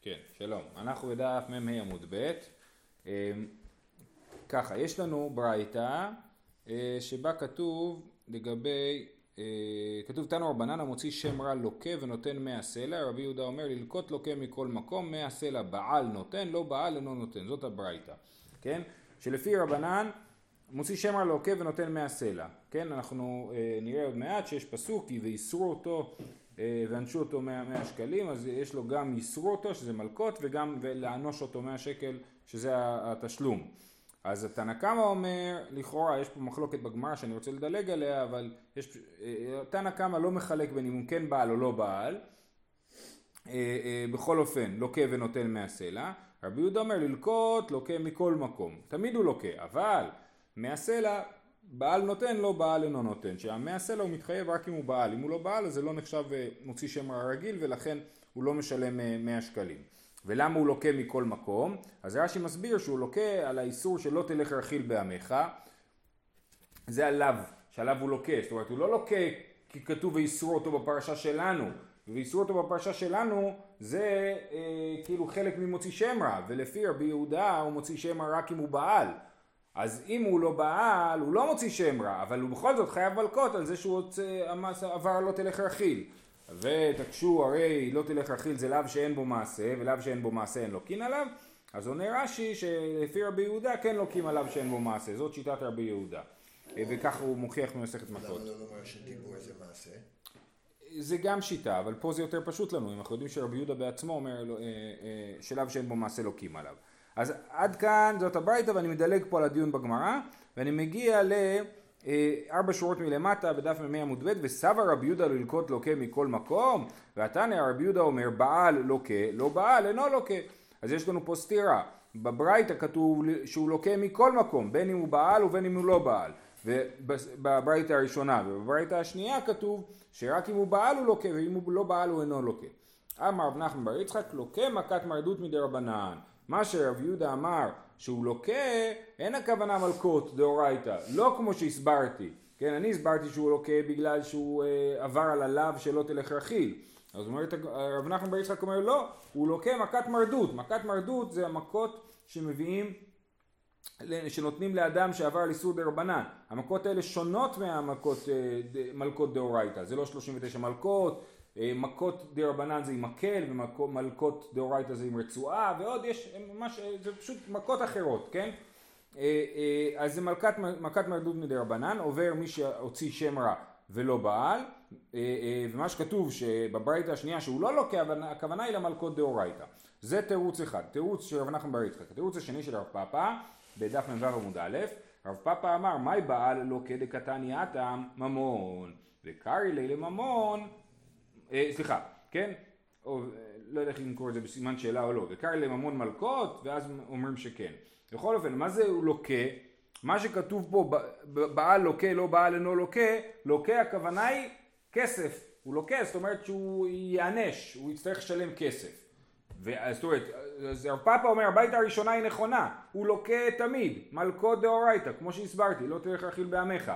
כן, שלום. אנחנו בדף מ"ה עמוד ב'. ככה, יש לנו ברייתא שבה כתוב לגבי, כתוב תנו רבנן המוציא שם רע לוקה ונותן 100 סלע. רבי יהודה אומר ללקוט לוקה מכל מקום, 100 סלע בעל נותן, לא בעל אינו נותן. זאת הברייתא. כן? שלפי רבנן מוציא שם רע לוקה ונותן 100 סלע. כן? אנחנו נראה עוד מעט שיש פסוק ויסרו אותו ואנשו אותו 100 שקלים, אז יש לו גם יסרו אותו שזה מלקות וגם ולענוש אותו 100 שקל שזה התשלום. אז התנא קמא אומר, לכאורה יש פה מחלוקת בגמרא שאני רוצה לדלג עליה, אבל תנא קמא לא מחלק בין אם הוא כן בעל או לא בעל, בכל אופן לוקה ונותן 100 סלע. רבי יהודה אומר ללקוט לוקה מכל מקום, תמיד הוא לוקה, אבל 100 סלע בעל נותן, לא בעל אינו נותן, שה100 סלע הוא מתחייב רק אם הוא בעל, אם הוא לא בעל אז זה לא נחשב מוציא שם רע רגיל ולכן הוא לא משלם 100 שקלים. ולמה הוא לוקה מכל מקום? אז רש"י מסביר שהוא לוקה על האיסור שלא תלך רכיל בעמך, זה עליו, שעליו הוא לוקה, זאת אומרת הוא לא לוקה כי כתוב ויסרו אותו בפרשה שלנו, ויסרו אותו בפרשה שלנו זה כאילו חלק ממוציא שם רע, ולפי רבי יהודה הוא מוציא שם רע רק אם הוא בעל. אז אם הוא לא בעל, הוא לא מוציא שם רע, אבל הוא בכל זאת חייב מלקות על זה שהוא עבר לא תלך רכיל. ותקשו הרי לא תלך רכיל זה לאו שאין בו מעשה, ולאו שאין בו מעשה אין לוקין עליו. אז עונה רש"י שלפי רבי יהודה כן לוקים עליו שאין בו מעשה, זאת שיטת רבי יהודה. וכך הוא מוכיח ממסכת מכות. למה לא לומר שתראו איזה מעשה? זה גם שיטה, אבל פה זה יותר פשוט לנו, אם אנחנו יודעים שרבי יהודה בעצמו אומר שלאו שאין בו מעשה לוקים עליו. אז עד כאן זאת הברייתא ואני מדלג פה על הדיון בגמרא ואני מגיע ל4 שורות מלמטה בדף מ"ה עמוד ב' וסבר רבי יהודה ללקוט לוקה מכל מקום והתנא רבי יהודה אומר בעל לוקה לא בעל אינו לוקה. אז יש לנו פה סתירה, בברייתא כתוב שהוא לוקה מכל מקום בין אם הוא בעל ובין אם הוא לא בעל, ובברייתא הראשונה ובברייתא השנייה כתוב שרק אם הוא בעל הוא לוקה ואם הוא לא בעל הוא אינו לוקה. אמר רב נחמן בר יצחק לוקה מכת מרדות מדרבנן. מה שרב יהודה אמר שהוא לוקה, אין הכוונה מלקות דאורייתא, לא כמו שהסברתי. כן, אני הסברתי שהוא לוקה בגלל שהוא עבר על הלאו שלא תלך רכיל. אז אומרת, רב נחמן בר יצחק אומר לא, הוא לוקה מכת מרדות. מכת מרדות זה המכות שמביאים, שנותנים לאדם שעבר על איסור דרבנן. המכות האלה שונות מהמכות מלקות דאורייתא, זה לא 39 מלקות. מכות דרבנן זה עם מקל ומלכות דאורייתא זה עם רצועה ועוד יש ממש, זה פשוט מכות אחרות, כן? אז זה מכת מרדות מדרבנן, עובר מי שהוציא שם רע ולא בעל, ומה שכתוב שבברייתא השנייה שהוא לא לוקה, הכוונה היא למלכות דאורייתא. זה תירוץ אחד, תירוץ של רב נחמן בר יצחק. התירוץ השני של רב פאפא בדף מ"ו עמוד א', רב פאפא אמר מאי בעל לוקה דקתני אטם ממון וקרי לי לממון, סליחה, כן? או, לא יודע איך לקרוא את זה בסימן שאלה או לא. וקרא לממון מלכות, ואז אומרים שכן. בכל אופן, מה זה הוא לוקה? מה שכתוב פה, בעל לוקה, לא בעל אינו לוקה, לוקה הכוונה היא כסף. הוא לוקה, זאת אומרת שהוא יענש, הוא יצטרך לשלם כסף. זאת אומרת, רב פאפא אומר, הברייתא הראשונה היא נכונה. הוא לוקה תמיד, מלכות דאורייתא, כמו שהסברתי, לא תלך רכיל בעמך.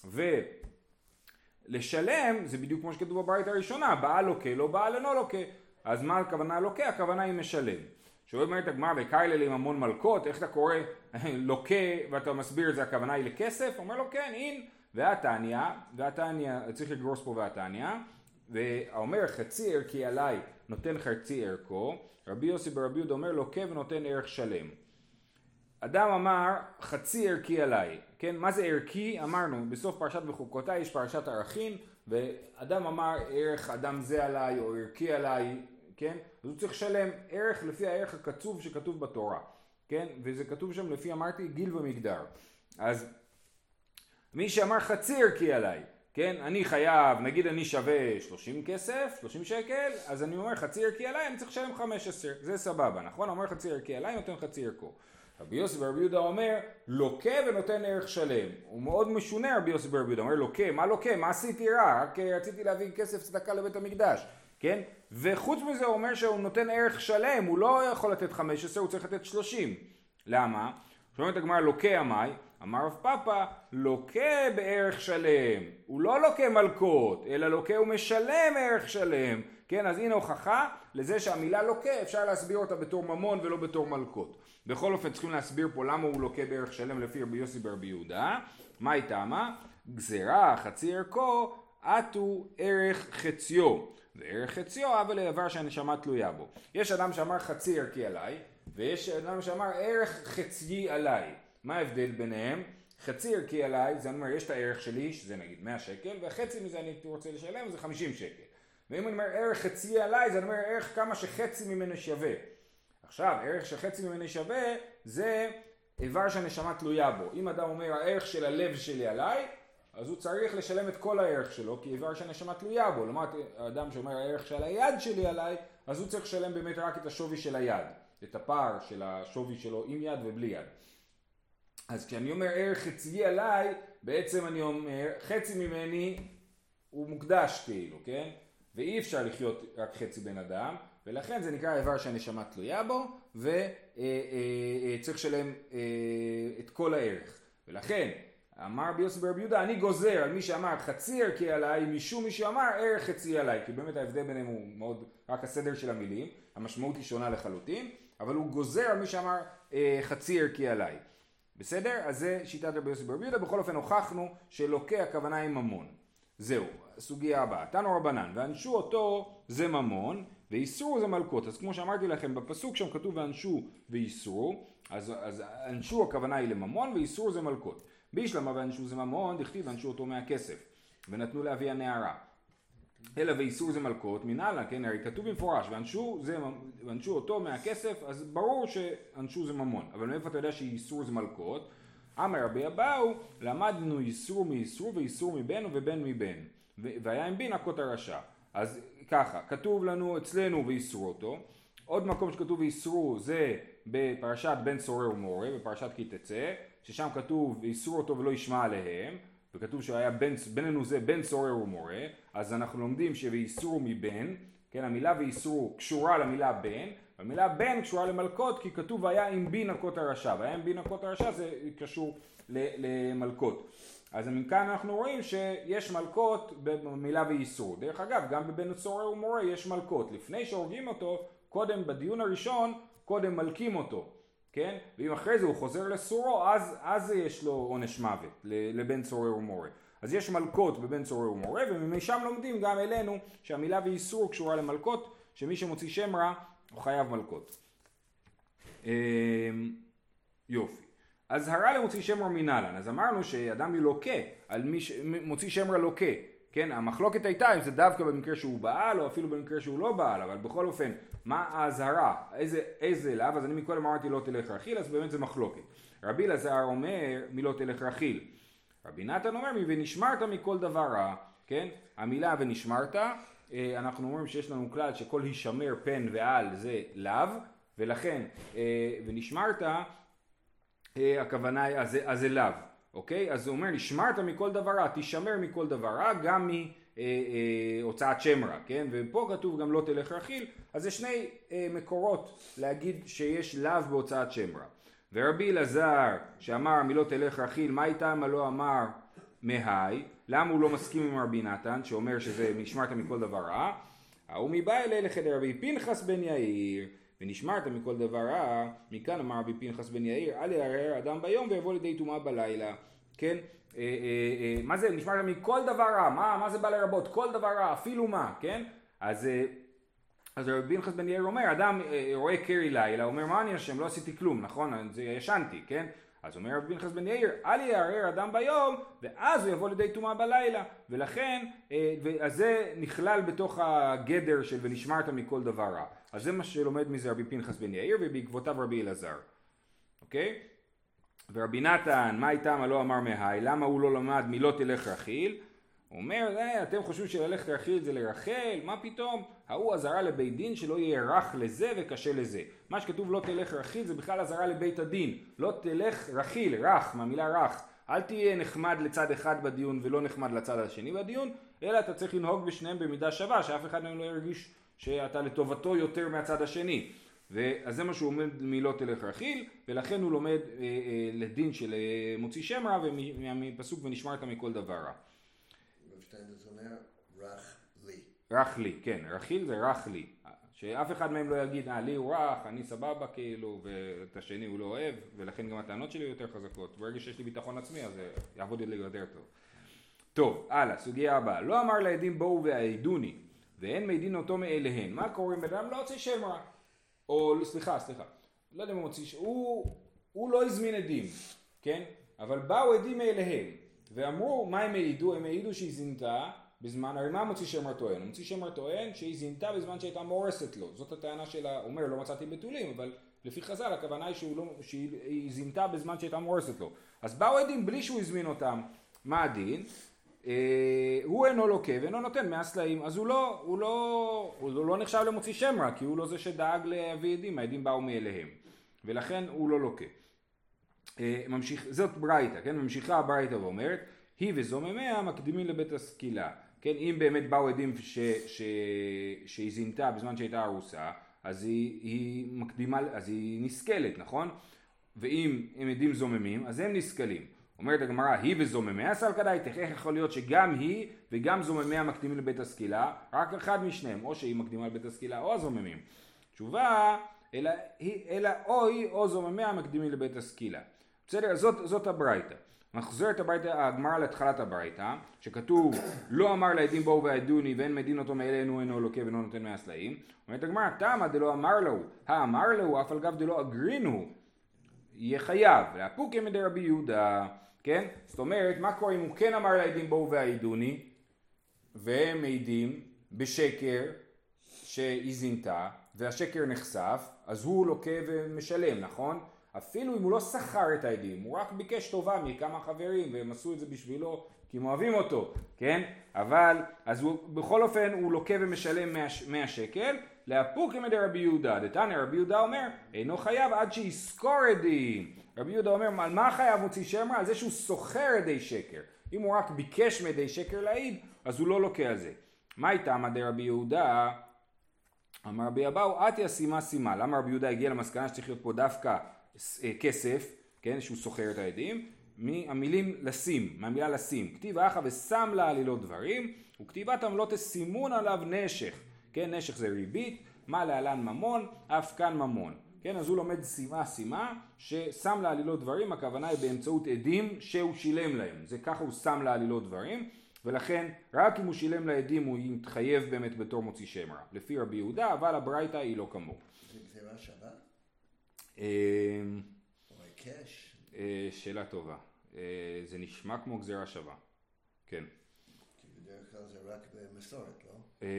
לשלם זה בדיוק כמו שכתוב בברייתא הראשונה, בעל לוקה, לא בעל אינו לוקה. אז מה הכוונה לוקה? הכוונה היא משלם. שאומרת הגמרא וקרא לי לממון מלכות, איך אתה קורא לוקה ואתה מסביר את זה, הכוונה היא לכסף? אומר לו כן, אין. והתניא, צריך לגרוס פה והתניא, ואומר חצי ערכי עליי נותן חצי ערכו, רבי יוסי ברבי יהודה אומר לוקה ונותן ערך שלם. אדם אמר חצי ערכי עליי, כן? מה זה ערכי? אמרנו בסוף פרשת בחוקותיי יש פרשת ערכים, ואדם אמר ערך אדם זה עליי או ערכי עליי, כן? אז הוא צריך לשלם ערך לפי הערך הקצוב שכתוב בתורה, כן? וזה כתוב שם לפי אמרתי גיל ומגדר. אז מי שאמר חצי ערכי עליי, כן? אני חייב, נגיד אני שווה 30 כסף, 30 שקל, אז אני אומר חצי ערכי עליי, אני צריך לשלם 15, זה סבבה, נכון? אומר חצי ערכי עליי, נותן חצי ערכו. רבי יוסי ברבי יהודה אומר לוקה ונותן ערך שלם. הוא מאוד משונה רבי יוסי ברבי יהודה, אומר לוקה, מה לוקה? מה עשיתי רע? רק רציתי להביא כסף צדקה לבית המקדש, כן? וחוץ מזה הוא אומר שהוא נותן ערך שלם, הוא לא יכול לתת 15, הוא צריך לתת 30. למה? שאומרת הגמרא לוקה עמי, אמר רב פאפא לוקה בערך שלם, הוא לא לוקה מלכות, אלא לוקה הוא משלם ערך שלם, כן? אז הנה הוכחה לזה שהמילה לוקה אפשר להסביר אותה בתור ממון ולא בתור מלקות. בכל אופן צריכים להסביר פה למה הוא לוקה בערך שלם לפי רבי יוסי ברבי יהודה. מה היא טעמה? גזירה חצי ערכו עטו ערך חציו, וערך חציו אבל העבר שהנשמה תלויה בו. יש אדם שאמר חצי ערכי עליי, ויש אדם שאמר ערך חצי עליי. מה ההבדל ביניהם? חצי ערכי עליי, זה אומר יש את הערך שלי, שזה נגיד 100 שקל, והחצי מזה אני רוצה לשלם, זה 50 שקל. ואם אני אומר ערך חצי עליי, זה אומר ערך כמה שחצי ממנו שווה. עכשיו, ערך שחצי ממנו שווה, זה איבר שהנשמה תלויה בו. אם אדם אומר הערך של הלב שלי עליי, אז הוא צריך לשלם את כל הערך שלו, כי איבר שהנשמה תלויה בו. לעומת האדם שאומר הערך של היד שלי עליי, אז הוא צריך לשלם באמת רק את השווי של היד. את הפער של השווי שלו עם יד ובלי יד. אז כשאני אומר ערך חצי עליי, בעצם אני אומר חצי ממני הוא מוקדש כאילו, כן? ואי אפשר לחיות רק חצי בן אדם, ולכן זה נקרא איבר שהנשמה תלויה בו, וצריך לשלם את כל הערך. ולכן, אמר רבי יוסי ברבי יהודה, אני גוזר על מי שאמר חצי ערכי עליי, משום מי שאמר ערך חצי עליי, כי באמת ההבדל ביניהם הוא מאוד, רק הסדר של המילים, המשמעות היא שונה לחלוטין, אבל הוא גוזר על מי שאמר חצי ערכי עליי. בסדר? אז זה שיטת רבי יוסי ברבי יהודה. בכל אופן הוכחנו שלוקה הכוונה היא ממון. זהו, הסוגיה הבאה. תנו רבנן, ואנשו אותו זה ממון, ואיסרו זה מלקות. אז כמו שאמרתי לכם, בפסוק שם כתוב ואנשו ואיסרו, אז אנשו הכוונה היא לממון, ואיסרו זה מלקות. בישלמה ואנשו זה ממון, דכתיב ואנשו אותו מהכסף, ונתנו לאבי הנערה. אלא ואיסור זה מלקות, מנהלה, כן, הרי כתוב במפורש, ואנשו אותו מהכסף, אז ברור שאנשו זה ממון. אבל מאיפה אתה יודע שאיסור זה מלקות? אמר רבי אבאו, למדנו איסור מאיסור ואיסור מבנו ובן מבן. והיה עם בין הכות הרשע. אז ככה, כתוב לנו אצלנו ואיסרו אותו. עוד מקום שכתוב ואיסרו זה בפרשת בן סורר ומורה, בפרשת כי תצא, ששם כתוב ואיסרו אותו ולא ישמע עליהם. וכתוב שהיה בינינו זה בן סורר ומורה, אז אנחנו לומדים שויסרו מבן, כן, המילה ויסרו קשורה למילה בן, והמילה בן קשורה למלכות, כי כתוב היה עם בין הכות הרשע, והיה עם בין הכות הרשע זה קשור למלכות. אז מכאן אנחנו רואים שיש מלכות במילה ויסרו. דרך אגב, גם בבן סורר ומורה יש מלכות. לפני שהורגים אותו, קודם בדיון הראשון, קודם מלכים אותו. כן? ואם אחרי זה הוא חוזר לסורו, אז יש לו עונש מוות לבן סורר ומורה. אז יש מלכות בבן סורר ומורה, ומשם לומדים גם אלינו שהמילה ואיסור קשורה למלכות, שמי שמוציא שם רע הוא חייב מלכות. יופי. אז הרע למוציא שם רע מנהלן. אז אמרנו שאדם לוקה, על מי שמוציא שם רע לוקה. כן, המחלוקת הייתה אם זה דווקא במקרה שהוא בעל או אפילו במקרה שהוא לא בעל, אבל בכל אופן, מה ההזהרה? איזה לאו? אז אני מקודם אמרתי לא תלך רכיל, אז באמת זה מחלוקת. רבי אלעזר אומר מי לא תלך רכיל. רבי נתן אומר מי ונשמרת מכל דבר רע, כן? המילה ונשמרת, אנחנו אומרים שיש לנו כלל שכל הישמר פן ועל זה לאו, ולכן ונשמרת, הכוונה היא, אז זה לאו. אוקיי? אז הוא אומר, נשמרת מכל דבר רע, תשמר מכל דבר רע, גם מהוצאת שם רע, כן? ופה כתוב גם לא תלך רכיל, אז זה שני מקורות להגיד שיש לאו בהוצאת שם רע. ורבי אלעזר, שאמר מלא תלך רכיל, מה איתם מה לא אמר מהי? למה הוא לא מסכים עם רבי נתן, שאומר שזה נשמרת מכל דבר רע? הוא מבא אלי לחדר רבי פנחס בן יאיר, ונשמרת מכל דבר רע, מכאן אמר רבי פנחס בן יאיר, אל יערער אדם ביום ויבוא לידי טומאה בלילה, כן? מה זה נשמרת מכל דבר רע? מה זה בא לרבות? כל דבר רע, אפילו מה, כן? אז רבי פנחס בן יאיר אומר, אדם רואה קרי לילה, אומר מה אני אשם? לא עשיתי כלום, נכון? זה ישנתי, כן? אז אומר רבי פנחס בן יאיר, אל יערער אדם ביום, ואז הוא יבוא לידי טומאה בלילה, ולכן, אז זה נכלל בתוך הגדר של ונשמרת מכל דבר רע. אז זה מה שלומד מזה רבי פנחס בן יאיר, ובעקבותיו רבי אלעזר. אוקיי? ורבי נתן, מה איתם לא אמר מהי? למה הוא לא למד מלא תלך רכיל? הוא אומר, אתם חושבים שללכת רכיל זה לרחל? מה פתאום? ההוא עזרה לבית דין שלא יהיה רך לזה וקשה לזה. מה שכתוב לא תלך רכיל זה בכלל עזרה לבית הדין. לא תלך רכיל, רך, מהמילה רך. אל תהיה נחמד לצד אחד בדיון ולא נחמד לצד השני בדיון, אלא אתה צריך לנהוג בשניהם במידה שווה, שאף אחד מהם לא ירגיש שאתה לטובתו יותר מהצד השני. אז זה מה שהוא עומד מלא תלך רכיל, ולכן הוא לומד לדין של מוציא שם רע, ומפסוק ונשמרת מכל דבר רע. זה אומר רך לי. רך לי, כן, רכיל זה רך לי. שאף אחד מהם לא יגיד, לי הוא רך, אני סבבה כאילו, ואת השני הוא לא אוהב, ולכן גם הטענות שלי יותר חזקות. ברגע שיש לי ביטחון עצמי, אז זה יעבוד לי יותר טוב. טוב, הלאה, סוגיה הבאה. לא אמר לעדים בואו והעידוני, ואין מעידין אותו מאליהן. מה קורה אם אדם לא הוציא שם רע? או, סליחה, לא יודע אם הוא מוציא, הוא לא הזמין עדים, כן? אבל באו עדים מאליהם, ואמרו, מה הם העידו? הם העידו שהיא זינתה בזמן, הרי מה מוציא שם רע טוען? הוא מוציא שם רע טוען שהיא זינתה בזמן שהייתה מורסת לו. זאת הטענה שלה, אומר, לא מצאתי בתולים, אבל לפי חז"ל, הכוונה היא שהיא זינתה בזמן שהייתה מורסת לו. אז באו עדים בלי שהוא הזמין אותם. מה הדין? הוא אינו לוקה ואינו נותן מהסלעים, אז הוא לא נחשב למוציא שם רע, כי הוא לא זה שדאג להביא עדים, העדים באו מאליהם, ולכן הוא לא לוקה. זאת ברייתא, כן? ממשיכה הברייתא ואומרת, היא וזוממיה מקדימים לבית הסקילה, כן? אם באמת באו עדים שהיא זינתה בזמן שהייתה ארוסה, אז היא מקדימה, אז היא נסכלת, נכון? ואם הם עדים זוממים, אז הם נסכלים. אומרת הגמרא, היא וזוממיה סלקא, איך יכול להיות שגם היא וגם זוממיה מקדימים לבית הסקילה, רק אחד משניהם, או שהיא מקדימה לבית הסקילה או הזוממים. תשובה, אלא או היא או זוממיה מקדימים לבית הסקילה. בסדר, זאת הברייתא. נחזור את הברייתא, הגמרא להתחלת הברייתא, שכתוב, לא אמר לעדים בואו והעידוני ואין מדין אותו מאלינו אינו לוקה ואינו נותן מהסלעים. אומרת הגמרא, תמה דלא אמר לו, האמר לו, אף על גב דלא אגרינו, יהיה חייב, להפוקי מדי רבי יהודה. כן? זאת אומרת, מה קורה אם הוא כן אמר לעדים בואו והעידוני, והם מעידים בשקר שהיא זינתה, והשקר נחשף, אז הוא לוקה ומשלם, נכון? אפילו אם הוא לא שכר את העדים, הוא רק ביקש טובה מכמה חברים, והם עשו את זה בשבילו, כי הם אוהבים אותו, כן? אבל, אז הוא, בכל אופן, הוא לוקה ומשלם 100 שקל, להפוקי מדי רבי יהודה. דתניא רבי יהודה אומר, אינו חייב עד שיזכור עדים. רבי יהודה אומר, על מה חייב מוציא שם רע? על זה שהוא סוחר עדי שקר. אם הוא רק ביקש מעדי שקר להעיד, אז הוא לא לוקה על זה. מה הייתה מדי רבי יהודה? אמר רבי אבאו, אתי אשימה שימה. למה רבי יהודה הגיע למסקנה שצריך להיות פה דווקא כסף, כן, שהוא סוחר את העדים? מהמילים לשים, מהמילה לשים. כתיב האחה ושם לה עלילות דברים, וכתיבת עמלות הסימון עליו נשך. כן, נשך זה ריבית, מה להלן ממון, אף כאן ממון. כן, אז הוא לומד שימה, ששם לעלילות דברים, הכוונה היא באמצעות עדים שהוא שילם להם. זה ככה הוא שם לעלילות דברים, ולכן רק אם הוא שילם לעדים הוא יתחייב באמת בתור מוציא שם רע. לפי רבי יהודה, אבל הברייתא היא לא כמוהו. זה גזירה שווה? או היקש? שאלה טובה. זה נשמע כמו גזירה שווה. כן. כי בדרך כלל זה רק במסורת, לא?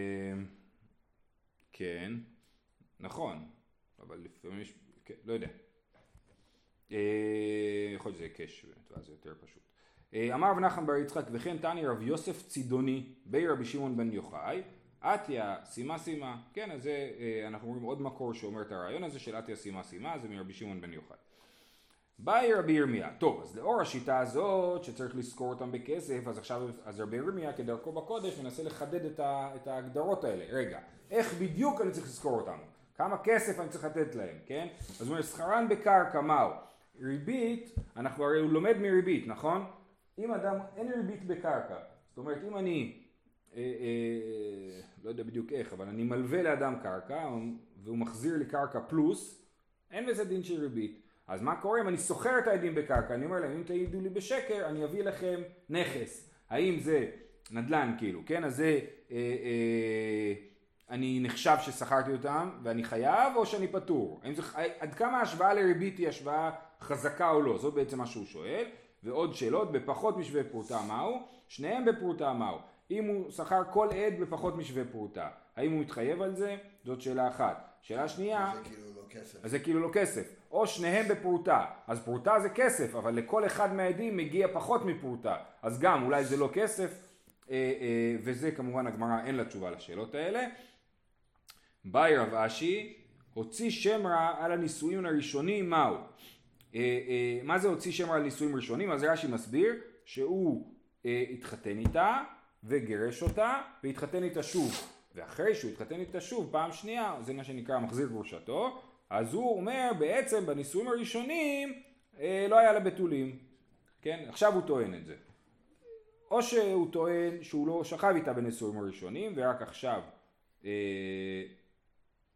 כן, נכון. אבל לפעמים יש, לא יודע. יכול להיות שזה היקש, ואז זה יותר פשוט. אמר רב נחמן בר יצחק, וכן תני רב יוסף צידוני, בי רבי שמעון בן יוחאי, עטיה שימה. כן, אז זה, אנחנו רואים עוד מקור שאומר את הרעיון הזה של עטיה שימה, זה מרבי שמעון בן יוחאי. ביי רבי ירמיה. טוב, אז לאור השיטה הזאת שצריך לזכור אותם בכסף, אז רבי ירמיה כדרכו בקודש מנסה לחדד את ההגדרות האלה. רגע, איך בדיוק אני צריך לזכור אותם? כמה כסף אני צריך לתת להם, כן? אז הוא אומר, שכרן בקרקע, מהו? ריבית, אנחנו הרי הוא לומד מריבית, נכון? אם אדם, אין ריבית בקרקע. זאת אומרת, אם אני, לא יודע בדיוק איך, אבל אני מלווה לאדם קרקע, והוא מחזיר לי קרקע פלוס, אין בזה דין של ריבית. אז מה קורה אם אני סוחר את העדים בקרקע? אני אומר להם, אם תעידו לי בשקר, אני אביא לכם נכס. האם זה נדל"ן כאילו, כן? אז זה, אני נחשב ששכרתי אותם ואני חייב או שאני פטור? עד כמה ההשוואה לריבית היא השוואה חזקה או לא? זאת בעצם מה שהוא שואל. ועוד שאלות, בפחות משווה פרוטה מהו? שניהם בפרוטה מהו? אם הוא שכר כל עד בפחות משווה פרוטה, האם הוא מתחייב על זה? זאת שאלה אחת. שאלה שנייה, זה כאילו לא כסף. אז זה כאילו לא כסף. או שניהם בפרוטה. אז פרוטה זה כסף, אבל לכל אחד מהעדים מגיע פחות מפרוטה. אז גם אולי זה לא כסף, וזה כמובן הגמרא אין לה תשובה לשאלות האלה. ביי רב אשי, הוציא שם רע על הנישואים הראשונים, מהו? מה זה הוציא שם רע על נישואים ראשונים? אז רש"י מסביר שהוא התחתן איתה וגרש אותה והתחתן איתה שוב. ואחרי שהוא התחתן איתה שוב פעם שנייה, זה מה שנקרא מחזיר גרושתו, אז הוא אומר בעצם בנישואים הראשונים לא היה לה בתולים. כן? עכשיו הוא טוען את זה. או שהוא טוען שהוא לא שכב איתה בנישואים הראשונים ורק עכשיו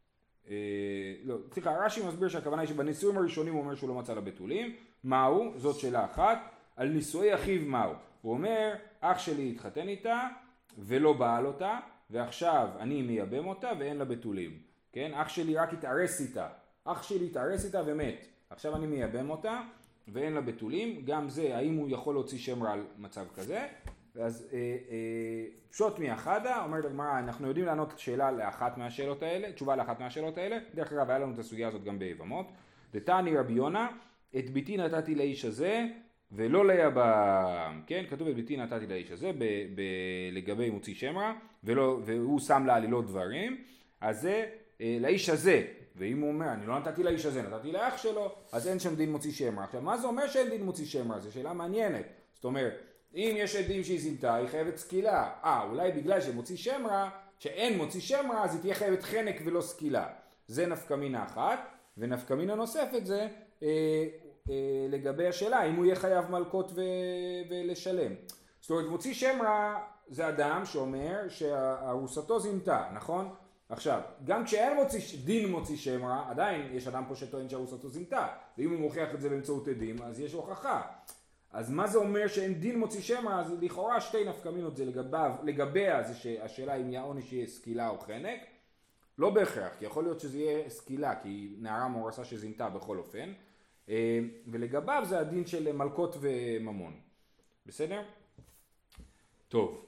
לא, סליחה, רש"י מסביר שהכוונה היא שבנישואים הראשונים הוא אומר שהוא לא מצא לה בתולים. מהו? זאת שאלה אחת. על נישואי אחיו מהו? הוא אומר, אח שלי התחתן איתה ולא בעל אותה, ועכשיו אני מייבם אותה ואין לה בתולים. כן? אח שלי רק התארס איתה. אח שלי התארס איתה ומת. עכשיו אני מייבם אותה ואין לה בתולים. גם זה, האם הוא יכול להוציא שם רע על מצב כזה? אז פשוט מאחדה, אומרת הגמרא, אנחנו יודעים לענות שאלה לאחת מהשאלות האלה, תשובה לאחת מהשאלות האלה. דרך אגב, היה לנו את הסוגיה הזאת גם ביבמות. דתני רבי יונה, את ביתי נתתי לאיש הזה ולא ליבם. כן, כתוב את ביתי נתתי לאיש הזה לגבי מוציא שם רע, והוא שם לה עלילות דברים. אז זה לאיש הזה, ואם הוא אומר, אני לא נתתי לאיש הזה, נתתי לאח שלו, אז אין שם דין מוציא שם רע. עכשיו, מה זה אומר שאין דין מוציא שם רע? זו שאלה מעניינת. זאת אומרת, אם יש עדים שהיא זינתה, היא חייבת סקילה. אולי בגלל שמוציא שם רע, שאין מוציא שם רע, אז היא תהיה חייבת חנק ולא סקילה. זה נפקא מינה אחת, ונפקא מינה נוספת זה לגבי השאלה, אם הוא יהיה חייב מלקות ולשלם. זאת אומרת, מוציא שם רע זה אדם שאומר שהארוסתו זינתה, נכון? עכשיו, גם כשאין דין מוציא שם רע, עדיין יש אדם פה שטוען שהארוסתו זינתה, ואם הוא מוכיח את זה באמצעות עדים, אז יש הוכחה. אז מה זה אומר שאין דין מוציא שם רע? אז לכאורה שתי נפקא מינות זה לגביה, זה שהשאלה אם העונש יהיה סקילה או חנק. לא בהכרח, כי יכול להיות שזה יהיה סקילה, כי נערה מורסה שזינתה בכל אופן. ולגביו זה הדין של מלקות וממון. בסדר? טוב.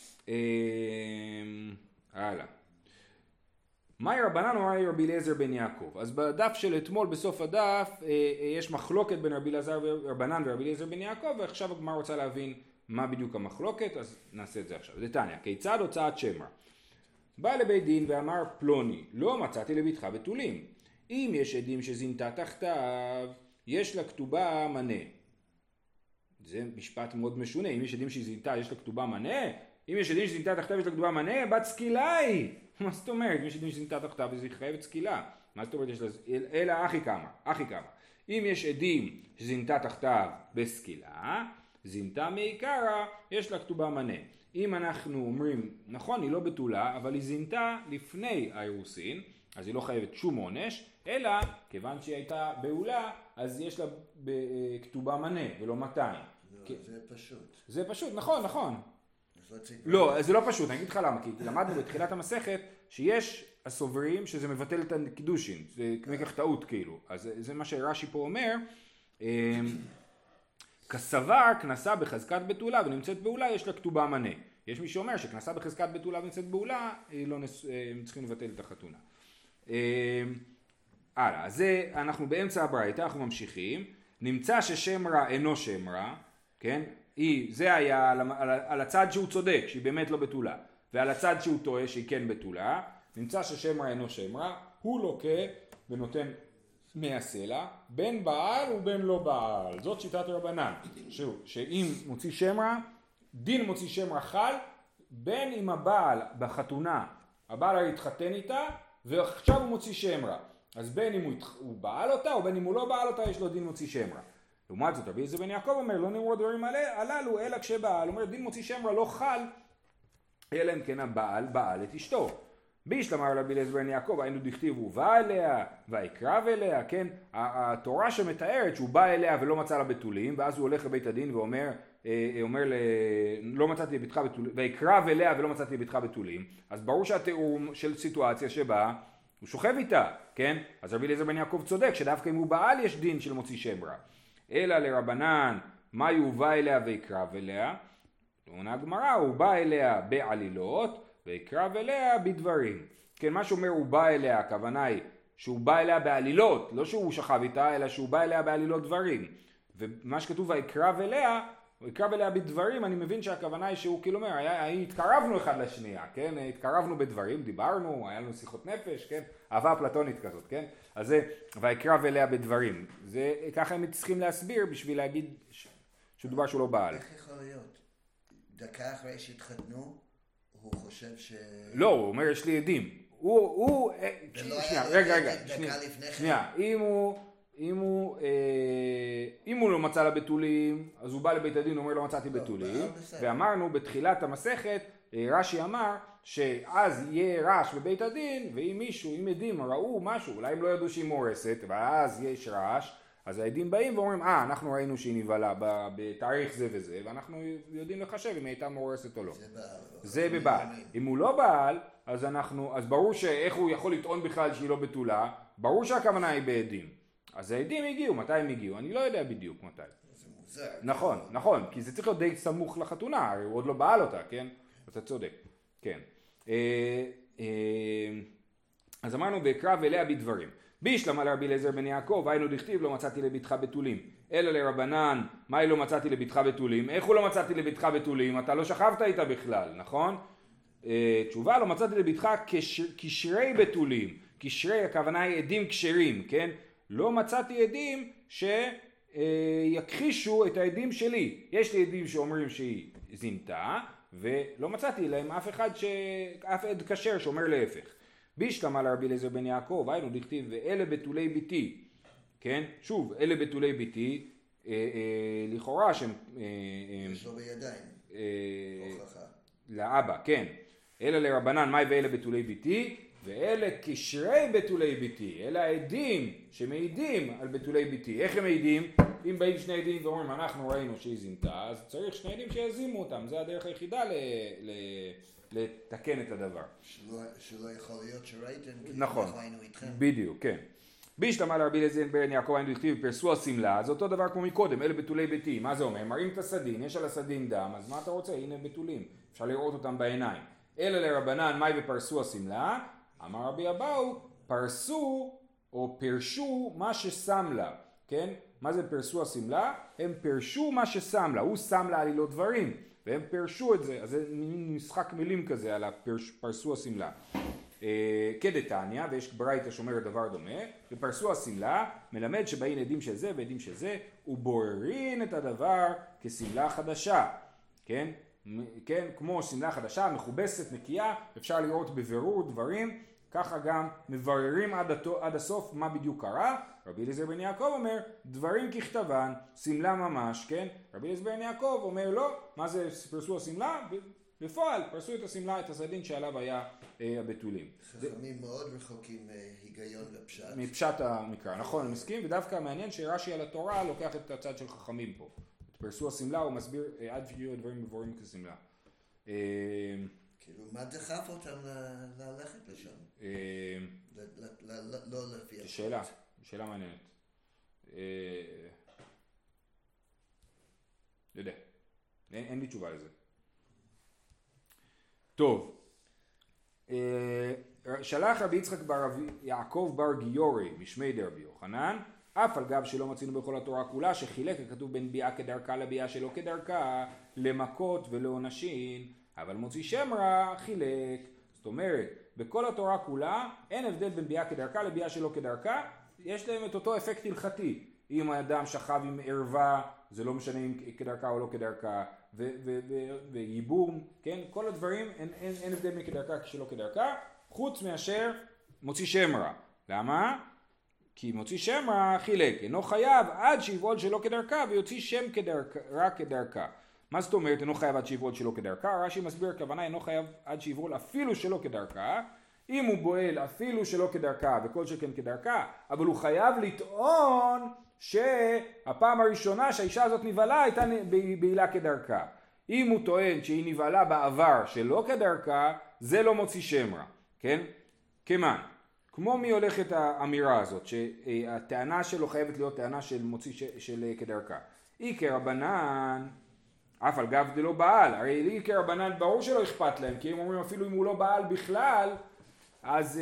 הלאה. מאי רבנן או מאי רבי אליעזר בן יעקב? אז בדף של אתמול, בסוף הדף, יש מחלוקת בין רבנן ורבי אליעזר בן יעקב, ועכשיו הגמרא רוצה להבין מה בדיוק המחלוקת, אז נעשה את זה עכשיו. דתניא, כיצד הוצאת שם רע? בא לבית דין ואמר פלוני, לא מצאתי לביתך בתולים. אם יש עדים שזינתה תחתיו, יש לה כתובה מנה. זה משפט מאוד משונה. אם יש עדים שזינתה, יש לה כתובה מנה? אם יש עדים שזינתה תחתיו, יש לה כתובה מנה? בת סקילה היא. מה זאת אומרת? אם יש עדים שזינתה תחתיו, אז היא חייבת סקילה. מה זאת אומרת? יש לה... אלא אחי כמה. אם יש עדים שזינתה תחתיו בסקילה, זינתה מעיקרה, יש לה כתובה מנה. אם אנחנו אומרים, נכון, היא לא בתולה, אבל היא זינתה לפני האירוסין, אז היא לא חייבת שום עונש, אלא כיוון שהיא הייתה בעולה, אז יש לה כתובה מנה ולא 200. לא, זה פשוט. זה פשוט, נכון. לא, זה לא פשוט, אני אגיד לך למה, כי למדנו בתחילת המסכת שיש הסוברים שזה מבטל את הקידושין, זה מקח טעות כאילו, אז זה מה שרש"י פה אומר, כסבר, כנסה בחזקת בתולה ונמצאת בעולה, יש לה כתובה מנה. יש מי שאומר שכנסה בחזקת בתולה ונמצאת בעולה, הם צריכים לבטל את החתונה. הלאה, אז אנחנו באמצע הברייתא, אנחנו ממשיכים, נמצא ששם רע אינו שם רע, כן? זה היה על הצד שהוא צודק, שהיא באמת לא בתולה, ועל הצד שהוא טועה שהיא כן בתולה, נמצא ששם רע אינו שם רע, הוא לוקה ונותן מהסלע, בין בעל ובין לא בעל. זאת שיטת רבנן, שאם מוציא שם רע, דין מוציא שם רע חל, בין אם הבעל בחתונה, הבעל הרי התחתן איתה, ועכשיו הוא מוציא שם רע. אז בין אם הוא בעל אותה, או בין אם הוא לא בעל אותה, יש לו דין מוציא שם רע. לעומת זאת, רבי אליעזר בן יעקב אומר, לא נאמרו הדברים הללו, אלא כשבעל. אומר, דין מוציא שם רע לא חל, אלא אם כן הבעל בעל את אשתו. בישלמה רבי אליעזר בן יעקב, היינו דכתיב הוא בא אליה ויקרב אליה, כן? התורה שמתארת שהוא בא אליה ולא מצא לה בתולים, ואז הוא הולך לבית הדין ואומר, לא מצאתי לביתך בתולים, ויקרב אליה ולא מצאתי לביתך בתולים, אז ברור שהתיאור של סיטואציה שבה הוא שוכב איתה, כן? אז רבי אליעזר בן יעקב צודק, שדווקא אם הוא בעל יש דין של מוציא שם רע. אלא לרבנן, מה יובא אליה ויקרב אליה? עונה הגמרא, הוא בא אליה בעלילות, ויקרב אליה בדברים. כן, מה שאומר הוא בא אליה, הכוונה היא שהוא בא אליה בעלילות, לא שהוא שכב איתה, אלא שהוא בא אליה בעלילות דברים. ומה שכתוב ויקרב אליה, ויקרב אליה בדברים, אני מבין שהכוונה היא שהוא כאילו אומר, התקרבנו אחד לשנייה, כן? התקרבנו בדברים, דיברנו, היה לנו שיחות נפש, כן? אהבה פלטונית כזאת, כן? אז זה ויקרב אליה בדברים. זה ככה הם צריכים להסביר בשביל להגיד שדובר שהוא לא בעל. איך יכול להיות? דקה אחרי שהתחתנו, הוא חושב ש... לא, הוא אומר יש לי עדים. שנייה, אם הוא לא מצא לה בתולים, אז הוא בא לבית הדין, הוא אומר לא מצאתי בתולים, ואמרנו בתחילת המסכת רש"י אמר שאז יהיה רעש בבית הדין, ואם מישהו, אם עדים ראו משהו, אולי הם לא ידעו שהיא מורסת, ואז יש רעש, אז העדים באים ואומרים, אנחנו ראינו שהיא נבהלה בתאריך זה וזה, ואנחנו יודעים לחשב אם היא הייתה מורסת או לא. זה בבעל. אם הוא לא בעל, אז ברור שאיך הוא יכול לטעון בכלל שהיא לא בתולה, ברור שהכוונה היא בעדים. אז העדים הגיעו, מתי הם הגיעו? אני לא יודע בדיוק מתי. זה מוזר. נכון, כי זה צריך להיות די סמוך לחתונה, הרי הוא עוד לא בעל אותה, כן? אתה צודק, כן. אז אמרנו, ויקרב אליה בדברים. בישלמה לרבי אליעזר בן יעקב, היינו דכתיב לא מצאתי לביתך בתולים. אלא לרבנן, מה לא מצאתי לביתך בתולים? איך הוא לא מצאתי לביתך בתולים? אתה לא שכבת איתה בכלל, נכון? תשובה, לא מצאתי לביתך קשרי בתולים. קשרי, הכוונה היא עדים קשרים, כן? לא מצאתי עדים שיכחישו את העדים שלי. יש לי עדים שאומרים שהיא זינתה, ולא מצאתי להם אף עד קשר שאומר להפך. בישלמה לרבי אליעזר בן יעקב, היינו דכתיב ואלה בתולי ביתי, כן? שוב, אלה בתולי ביתי, לכאורה שהם... יש לו בידיים, הוכחה. לאבא, כן. אלה לרבנן, מאי ואלה בתולי ביתי, ואלה קשרי בתולי ביתי, אלה העדים שמעידים על בתולי ביתי. איך הם מעידים? אם באים שני עדים ואומרים, אנחנו ראינו שהיא זינתה, אז צריך שני עדים שיזימו אותם, זה הדרך היחידה לתקן את הדבר. שלא יכול להיות שראיתם, נכון, אנחנו היינו איתכם. בדיוק, כן. בישלמה לרבי אליעזר בן יעקב היינו דכתיב פרסו הסמלה, זה אותו דבר כמו מקודם, אלה בתולי ביתי. מה זה אומר? מראים את הסדין, יש על הסדין דם, אז מה אתה רוצה? הנה בתולים, אפשר לראות אותם בעיניים. אלה לרבנן, מאי ופרסו הסמלה, אמר רבי אבאו, פרסו או פרשו מה ששם לה, כן? מה זה פרסו הסמלה? הם פרשו מה ששם לה, הוא שם לה עלילות דברים, והם פרשו את זה, אז זה משחק מילים כזה על פרסו הסמלה. כדתניא, ויש ברייתא שאומרת דבר דומה, ופרסו הסמלה, מלמד שבאים עדים של זה ועדים של זה, ובוררים את הדבר כסמלה חדשה, כן? כן, כמו סמלה חדשה, מכובסת, נקייה, אפשר לראות בבירור דברים, ככה גם מבררים עד הסוף מה בדיוק קרה. רבי אליעזר בן יעקב אומר, דברים ככתבן, סמלה ממש, כן? רבי אליעזר בן יעקב אומר, לא, מה זה פרסו הסמלה? בפועל, פרסו את הסמלה, את הסדין שעליו היה הבתולים. חכמים מאוד רחוקים מהיגיון ופשט. מפשט המקרא, נכון, אני מסכים, ודווקא מעניין שרש"י על התורה לוקח את הצד של חכמים פה. פרסו הסמלה, הוא מסביר עד שיהיו דברים מבורים כסמלה. כאילו, מה דחף אותם ללכת לשם? לא לפי... שאלה מעניינת. לא יודע, אין לי תשובה לזה. טוב, שלח רבי יצחק יעקב בר גיורי משמי דרבי יוחנן, אף על גב שלא מצינו בכל התורה כולה, שחילק הכתוב בין ביאה כדרכה לביאה שלא כדרכה, למכות ולעונשין, אבל מוציא שם רע חילק. זאת אומרת, בכל התורה כולה אין הבדל בין ביאה כדרכה לביאה שלא כדרכה, יש להם את אותו אפקט הלכתי. אם האדם שכב עם ערווה, זה לא משנה אם כדרכה או לא כדרכה, וייבום, כן? כל הדברים, אין הבדל בין כדרכה כשלא כדרכה, חוץ מאשר מוציא שם רע. למה? כי מוציא שם רע חילק, אינו חייב עד שיבעול שלא כדרכה ויוציא שם רע כדרכה. מה זאת אומרת אינו חייב עד שיבעול שלא כדרכה? רש"י מסביר, הכוונה אינו חייב עד שיבעול אפילו שלא כדרכה, אם הוא בועל אפילו שלא כדרכה וכל שכן כדרכה, אבל הוא חייב לטעון שהפעם הראשונה שהאישה הזאת נבעלה הייתה בעילה כדרכה. אם הוא טוען שהיא נבעלה בעבר שלא כדרכה, זה לא מוציא שם רע, כן? כמן. כמו מי הולכת האמירה הזאת, שהטענה שלו חייבת להיות טענה של מוציא של כדרכה. אי כרבנן, אף על גב דלא בעל, הרי אי כרבנן ברור שלא אכפת להם, כי הם אומרים אפילו אם הוא לא בעל בכלל, אז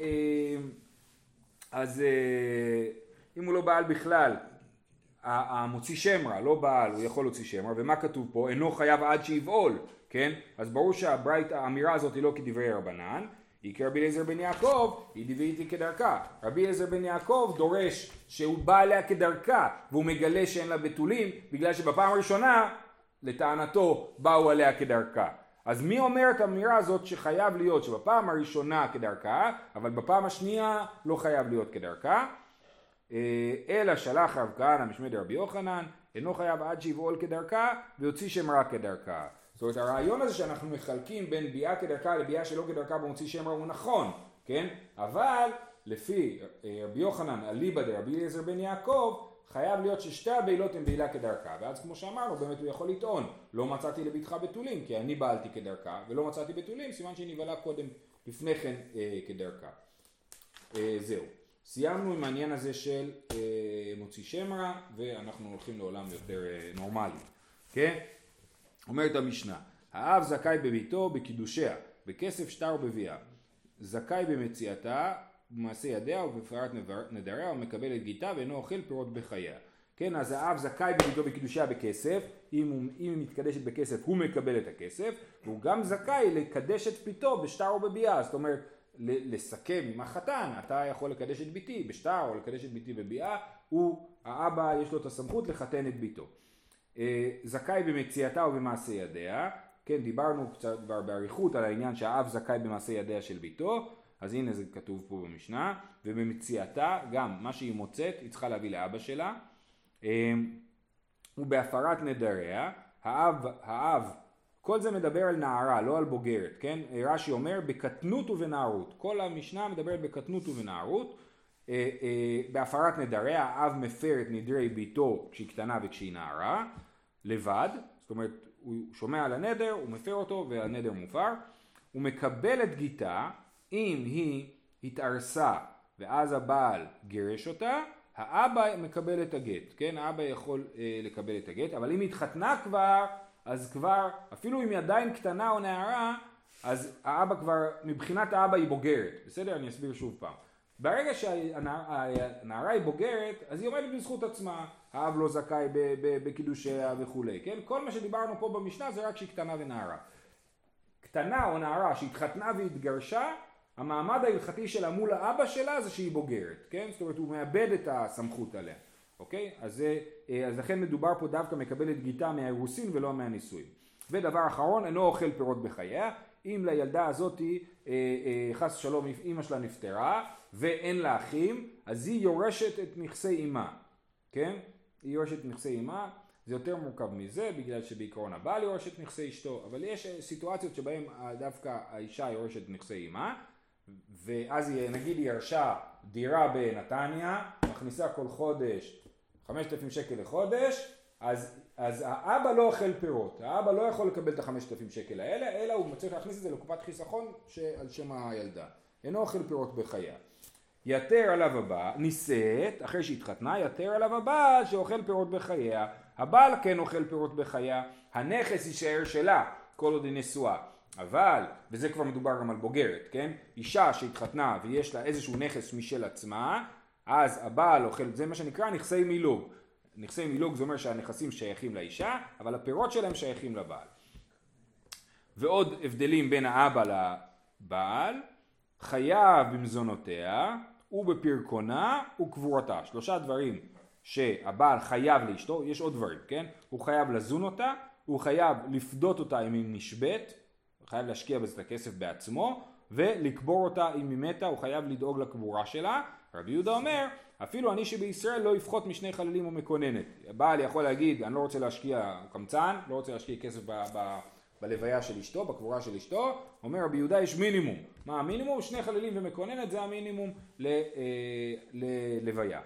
אם הוא לא בעל בכלל, המוציא שם רע, לא בעל, הוא יכול להוציא שם רע, ומה כתוב פה? אינו חייב עד שיבעול, כן? אז ברור שהאמירה הזאת היא לא כדברי רבנן, היא כרבי אליעזר בן יעקב, היא דבריתי כדרכה. רבי אליעזר בן יעקב דורש שהוא בא עליה כדרכה, והוא מגלה שאין לה בתולים, בגלל שבפעם הראשונה, לטענתו, באו עליה כדרכה. אז מי אומר את האמירה הזאת שחייב להיות שבפעם הראשונה כדרכה, אבל בפעם השנייה לא חייב להיות כדרכה? אלא שלח רב כהנא משמי דרבי יוחנן, אינו חייב עד שיבעול כדרכה, ויוציא שם רע כדרכה. זאת אומרת, הרעיון הזה שאנחנו מחלקים בין ביאה כדרכה לביאה שלא כדרכה במוציא שם רע הוא נכון, כן? אבל לפי רבי יוחנן אליבא דרבי אליעזר בן יעקב, חייב להיות ששתי הבעילות הן בעילה כדרכה, ואז כמו שאמרנו, באמת הוא יכול לטעון, לא מצאתי לביתך בתולים, כי אני בעלתי כדרכה, ולא מצאתי בתולים, סימן שהיא נבעלה קודם לפני כן כדרכה. זהו. סיימנו עם העניין הזה של מוציא שם רע, ואנחנו הולכים לעולם יותר נורמלי. כן? אומרת המשנה, האב זכאי בביתו בקידושיה, בכסף שטר ובביאה. זכאי במציאתה, במעשה ידיה ובפרת נדריה, ומקבל את גיתה ואינו אוכל פירות בחייה. כן, אז האב זכאי בביתו בקידושיה בכסף, אם היא מתקדשת בכסף הוא מקבל את הכסף, והוא גם זכאי לקדש את ביתו בשטר ובביאה. זאת אומרת, לסכם עם החתן, אתה יכול לקדש את ביתי בשטר או לקדש את ביתי בביאה, האבא יש לו את הסמכות לחתן את ביתו. זכאי במציאתה ובמעשה ידיה, כן, דיברנו קצת כבר בעריכות על העניין שהאב זכאי במעשה ידיה של ביתו, אז הנה זה כתוב פה במשנה, ובמציאתה גם מה שהיא מוצאת היא צריכה להביא לאבא שלה, ובהפרת נדריה, האב, כל זה מדבר על נערה, לא על בוגרת, כן? רש"י אומר בקטנות ובנערות, כל המשנה מדברת בקטנות ובנערות, בהפרת נדריה, האב מפר את נדרי ביתו כשהיא קטנה וכשהיא נערה, לבד, זאת אומרת הוא שומע על הנדר, הוא מפר אותו והנדר מופר, הוא מקבל את גיתה, אם היא התארסה ואז הבעל גירש אותה, האבא מקבל את הגט, כן? האבא יכול לקבל את הגט, אבל אם היא התחתנה כבר, אז כבר, אפילו אם היא עדיין קטנה או נערה, אז האבא כבר, מבחינת האבא היא בוגרת, בסדר? אני אסביר שוב פעם. ברגע שהנערה היא בוגרת, אז היא עומדת בזכות עצמה, האב לא זכאי בקידושיה וכו', כן? כל מה שדיברנו פה במשנה זה רק שהיא קטנה ונערה. קטנה או נערה שהתחתנה והתגרשה, המעמד ההלכתי שלה מול האבא שלה זה שהיא בוגרת, כן? זאת אומרת הוא מאבד את הסמכות עליה, אוקיי? אז לכן מדובר פה דווקא מקבלת גיתה מהאירוסין ולא מהנישואים. ודבר אחרון, אינו אוכל פירות בחייה, אם לילדה הזאת חס שלום אמא שלה נפטרה ואין לה אחים, אז היא יורשת את נכסי אמא, כן? היא יורשת את נכסי אמא, זה יותר מורכב מזה בגלל שבעיקרון הבעל יורש את נכסי אשתו, אבל יש סיטואציות שבהן דווקא האישה יורשת את נכסי אמא, ואז נגיד היא ירשה דירה בנתניה, מכניסה כל חודש 5,000 שקל לחודש, אז האבא לא אוכל פירות, האבא לא יכול לקבל את ה5,000 שקל האלה, אלא הוא צריך להכניס את זה לקופת חיסכון על שם הילדה. אינו אוכל פירות בחייה. יתר עליו הבא, נישאת, אחרי שהתחתנה, יתר עליו הבא שאוכל פירות בחייה. הבעל כן אוכל פירות בחייה, הנכס יישאר שלה, כל עוד היא נשואה. אבל, וזה כבר מדובר גם על בוגרת, כן? אישה שהתחתנה ויש לה איזשהו נכס משל עצמה, אז הבעל אוכל, זה מה שנקרא נכסי מילוג. נכסי מילוג זה אומר שהנכסים שייכים לאישה, אבל הפירות שלהם שייכים לבעל. ועוד הבדלים בין האבא לבעל, חייב במזונותיה ובפרקונה וקבורתה. 3 דברים שהבעל חייב לאשתו, יש עוד דברים, כן? הוא חייב לזון אותה, הוא חייב לפדות אותה אם היא נשבית, הוא חייב להשקיע בזה את הכסף בעצמו, ולקבור אותה אם היא מתה, הוא חייב לדאוג לקבורה שלה. רבי יהודה אומר, אפילו אני שבישראל לא יפחות משני חללים ומקוננת. הבעל יכול להגיד, אני לא רוצה להשקיע קמצן, לא רוצה להשקיע כסף בלוויה של אשתו, בקבורה של אשתו. אומר רבי יהודה, יש מינימום. מה המינימום? 2 חללים ומקוננת, זה המינימום ללוויה.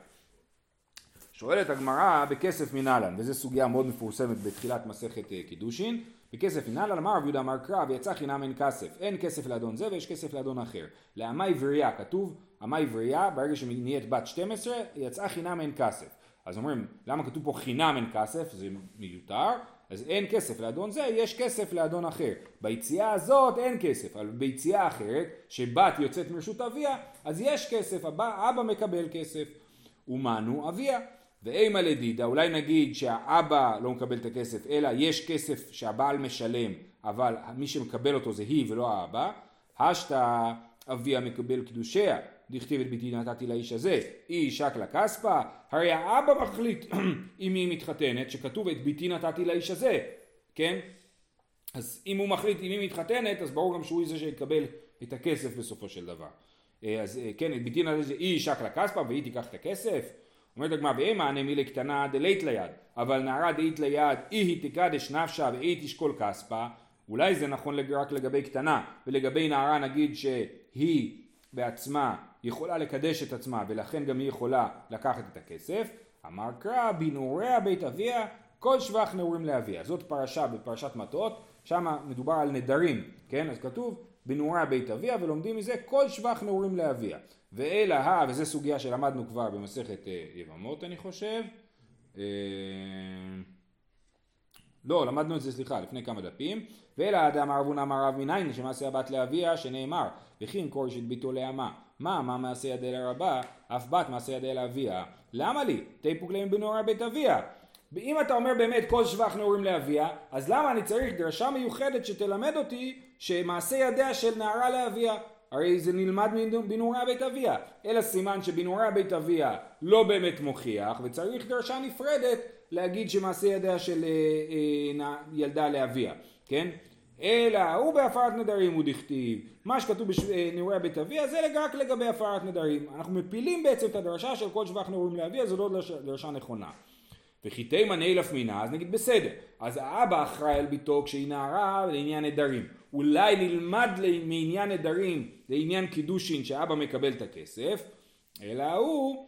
שואלת הגמרא בכסף מנהלן, וזו סוגיה מאוד מפורסמת בתחילת מסכת קידושין. בכסף מנהלן אמר רבי יהודה אמר קרא ויצא חינם אין כסף. אין כסף לאדון זה ויש כסף לאדון אחר. לעמה עברייה כתוב, עמה עברייה ברגע שנהיית בת 12 יצאה חינם אין כסף. אז אומרים למה כתוב פה חינם אין כסף, זה מיותר. אז אין כסף לאדון זה, יש כסף לאדון אחר. ביציאה הזאת אין כסף, אבל ביציאה אחרת שבת יוצאת מרשות אביה, אז יש כסף, אבא מקבל כסף. ומנו אביה. ואימא לדידה, אולי נגיד שהאבא לא מקבל את הכסף, אלא יש כסף שהבעל משלם, אבל מי שמקבל אותו זה היא ולא האבא. השתה אביה מקבל קידושיה, דכתיב את ביתי נתתי לאיש הזה, היא שקלה כספה, הרי האבא מחליט אם היא מתחתנת, שכתוב את ביתי נתתי לאיש הזה, כן? אז אם הוא מחליט אם היא מתחתנת, אז ברור גם שהוא זה שיקבל את הכסף בסופו של דבר. אז כן, את ביתי נתתי לאיש הזה, היא שקלה כספה והיא תיקח את הכסף. אומרת הגמרא באמא נמילי קטנה דלית ליד, אבל נערה דלית ליד היא תקדש נפשה והיא תשקול כספה, אולי זה נכון רק לגבי קטנה, ולגבי נערה נגיד שהיא בעצמה יכולה לקדש את עצמה, ולכן גם היא יכולה לקחת את הכסף. אמר קרא, בנעוריה בית אביה, כל שבח נעורים לאביה. זאת פרשה בפרשת מטות, שם מדובר על נדרים, כן? אז כתוב בנעוריה בית אביה, ולומדים מזה כל שבח נעורים לאביה. ואלה, וזה סוגיה שלמדנו כבר במסכת יבמות אני חושב, לא, למדנו את זה, סליחה, לפני כמה דפים. ואלה האדם ערבון אמר רב מניין שמעשה הבת לאביה, שנאמר וכי אם קורש את ביתו לאמה, מה מעשה ידי לרבה, אף בת מעשה ידי לאביה. למה לי? תיפוק להם בנעוריה בית אביה. אם אתה אומר באמת כל שבח נעורים לאביה, אז למה אני צריך דרשה מיוחדת שתלמד אותי שמעשה ידיה של נערה לאביה? הרי זה נלמד בנעוריה בית אביה, אלא סימן שבנעוריה בית אביה לא באמת מוכיח, וצריך דרשה נפרדת להגיד שמעשה ידיה של ילדה לאביה, כן? אלא הוא בהפרת נדרים הוא דכתיב, מה שכתוב בנעוריה בית אביה זה רק לגבי הפרת נדרים. אנחנו מפילים בעצם את הדרשה של כל שבח נעורים לאביה, זו לא דרשה נכונה. וחיתי מנה אלף מינה, אז נגיד בסדר, אז האבא אחראי על ביתו כשהיא נערה לעניין נדרים, אולי נלמד מעניין נדרים לעניין קידושין שאבא מקבל את הכסף, אלא הוא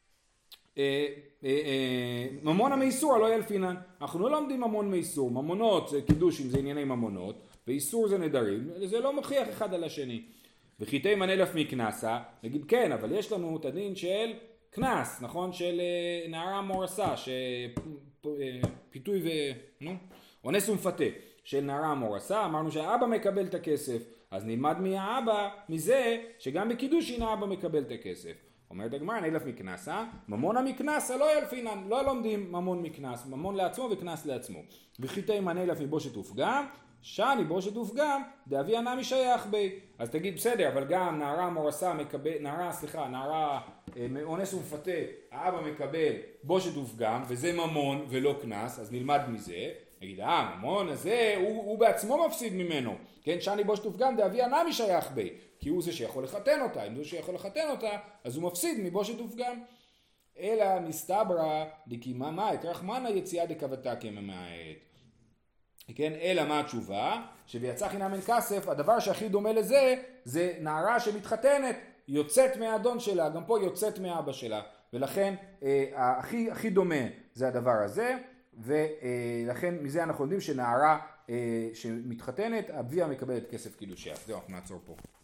ממון המאיסור לא ילפינן. אנחנו לא לומדים ממון מאיסור, ממונות זה קידושין, זה ענייני ממונות, ואיסור זה נדרים, זה לא מוכיח אחד על השני. וחיתי מנה אלף מקנסה, נגיד כן, אבל יש לנו את הדין של קנס, נכון? של נערה מורסה, פיתוי אונס ומפתה של נערה מורסה, אמרנו שהאבא מקבל את הכסף, אז נלמד מהאבא, מזה שגם בקידושין האבא מקבל את הכסף. אומרת הגמרא, נלף מקנסה, ממון המקנסה לא ילפינן, לא לומדים ממון מקנס, ממון לעצמו וקנס לעצמו. וחיתי מנה אלף מבושת ופגם, שאני בושת ופגם, דאבי הנמי שייך בי. אז תגיד בסדר, אבל גם נערה מורסה מקבל, נערה אונס ומפתה, האבא מקבל בושת ופגם, וזה ממון ולא קנס, אז נלמד מזה. נגיד, ממון הזה, הוא בעצמו מפסיד ממנו. כן, שאני בושת ופגם, דאבי הנמי שייך בי. כי הוא זה שיכול לחתן אותה, אם הוא שיכול לחתן אותה, אז הוא מפסיד מבושת ופגם. אלא מסתברא דקימה מאי, רחמנא יציאה דקבתה כממעט. כן, אלא מה התשובה? שביצא חינם אין כסף, הדבר שהכי דומה לזה, זה נערה שמתחתנת, יוצאת מהאדון שלה, גם פה יוצאת מאבא שלה, ולכן הכי דומה זה הדבר הזה, ולכן מזה אנחנו יודעים שנערה שמתחתנת, אביה מקבלת כסף קידושיה. זהו, נעצור פה.